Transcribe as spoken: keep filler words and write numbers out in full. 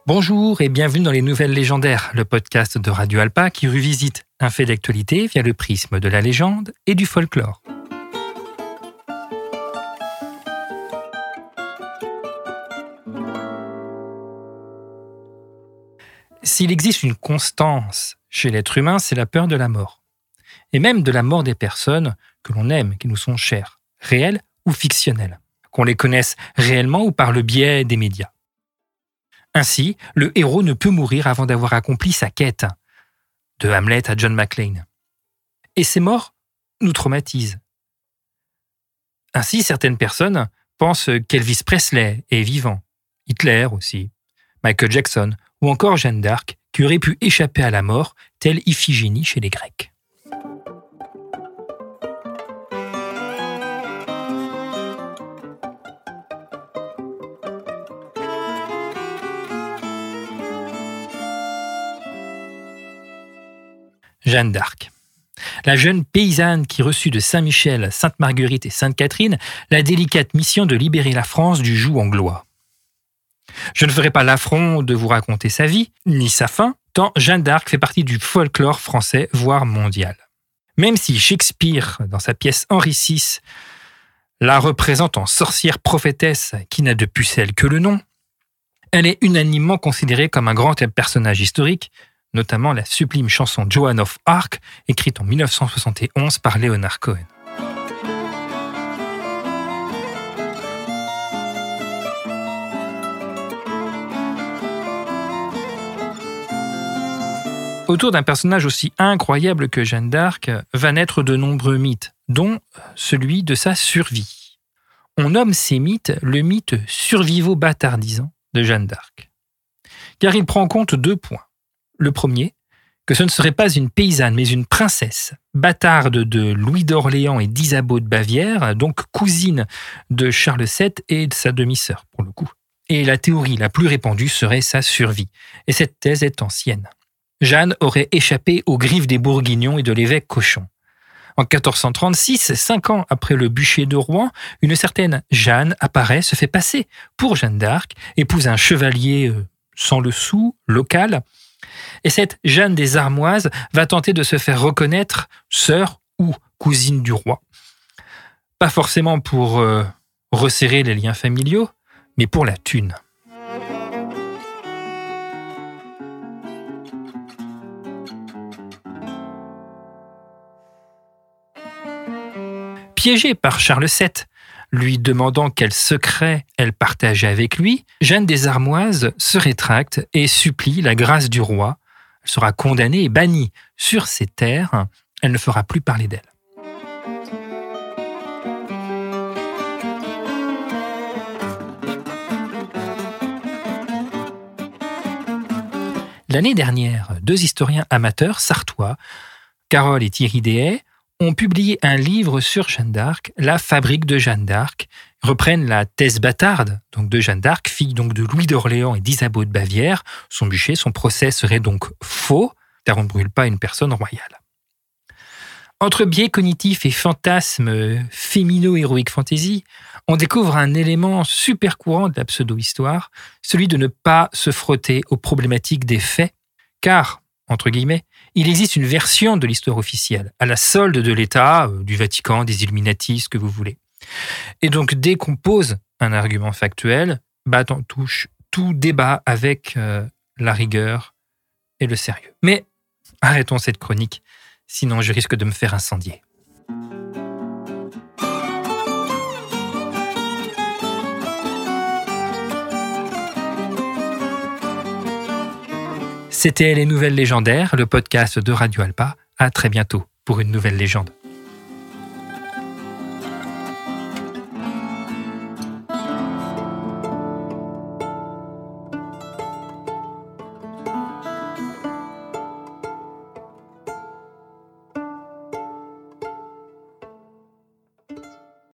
Bonjour et bienvenue dans les Nouvelles Légendaires, le podcast de Radio Alpa qui revisite un fait d'actualité via le prisme de la légende et du folklore. S'il existe une constance chez l'être humain, c'est la peur de la mort. Et même de la mort des personnes que l'on aime, qui nous sont chères, réelles ou fictionnelles, qu'on les connaisse réellement ou par le biais des médias. Ainsi, le héros ne peut mourir avant d'avoir accompli sa quête, de Hamlet à John McClane. Et ces morts nous traumatisent. Ainsi, certaines personnes pensent qu'Elvis Presley est vivant, Hitler aussi, Michael Jackson ou encore Jeanne d'Arc qui aurait pu échapper à la mort, telle Iphigénie chez les Grecs. Jeanne d'Arc. La jeune paysanne qui reçut de Saint-Michel, Sainte-Marguerite et Sainte-Catherine la délicate mission de libérer la France du joug anglois. Je ne ferai pas l'affront de vous raconter sa vie, ni sa fin, tant Jeanne d'Arc fait partie du folklore français, voire mondial. Même si Shakespeare, dans sa pièce Henri six, la représente en sorcière prophétesse qui n'a de pucelle que le nom, elle est unanimement considérée comme un grand personnage historique, notamment la sublime chanson Joan of Arc, écrite en dix-neuf cent soixante et onze par Leonard Cohen. Autour d'un personnage aussi incroyable que Jeanne d'Arc va naître de nombreux mythes, dont celui de sa survie. On nomme ces mythes le mythe survivo-bâtardisant de Jeanne d'Arc, car il prend en compte deux points. Le premier, que ce ne serait pas une paysanne, mais une princesse, bâtarde de Louis d'Orléans et d'Isabeau de Bavière, donc cousine de Charles sept et de sa demi-sœur, pour le coup. Et la théorie la plus répandue serait sa survie, et cette thèse est ancienne. Jeanne aurait échappé aux griffes des Bourguignons et de l'évêque Cochon. En quatorze cent trente-six, cinq ans après le bûcher de Rouen, une certaine Jeanne apparaît, se fait passer pour Jeanne d'Arc, épouse un chevalier euh, sans le sou, local. Et cette Jeanne des Armoises va tenter de se faire reconnaître sœur ou cousine du roi. Pas forcément pour euh, resserrer les liens familiaux, mais pour la thune. Piégée par Charles sept, lui demandant quel secret elle partageait avec lui, Jeanne des Armoises se rétracte et supplie la grâce du roi. Elle sera condamnée et bannie sur ses terres. Elle ne fera plus parler d'elle. L'année dernière, deux historiens amateurs sartois, Carole et Thierry Dehaye, ont publié un livre sur Jeanne d'Arc, La fabrique de Jeanne d'Arc. Ils reprennent la thèse bâtarde donc de Jeanne d'Arc, fille donc de Louis d'Orléans et d'Isabeau de Bavière. Son bûcher, son procès serait donc faux, car on ne brûle pas une personne royale. Entre biais cognitifs et fantasmes fémino-héroïque fantasy, on découvre un élément super courant de la pseudo-histoire, celui de ne pas se frotter aux problématiques des faits, car, entre guillemets, il existe une version de l'histoire officielle, à la solde de l'État, du Vatican, des Illuminati, ce que vous voulez. Et donc, dès qu'on pose un argument factuel, bat en touche tout débat avec euh, la rigueur et le sérieux. Mais arrêtons cette chronique, sinon je risque de me faire incendier. C'était Les Nouvelles Légendaires, le podcast de Radio Alpa. À très bientôt pour une nouvelle légende.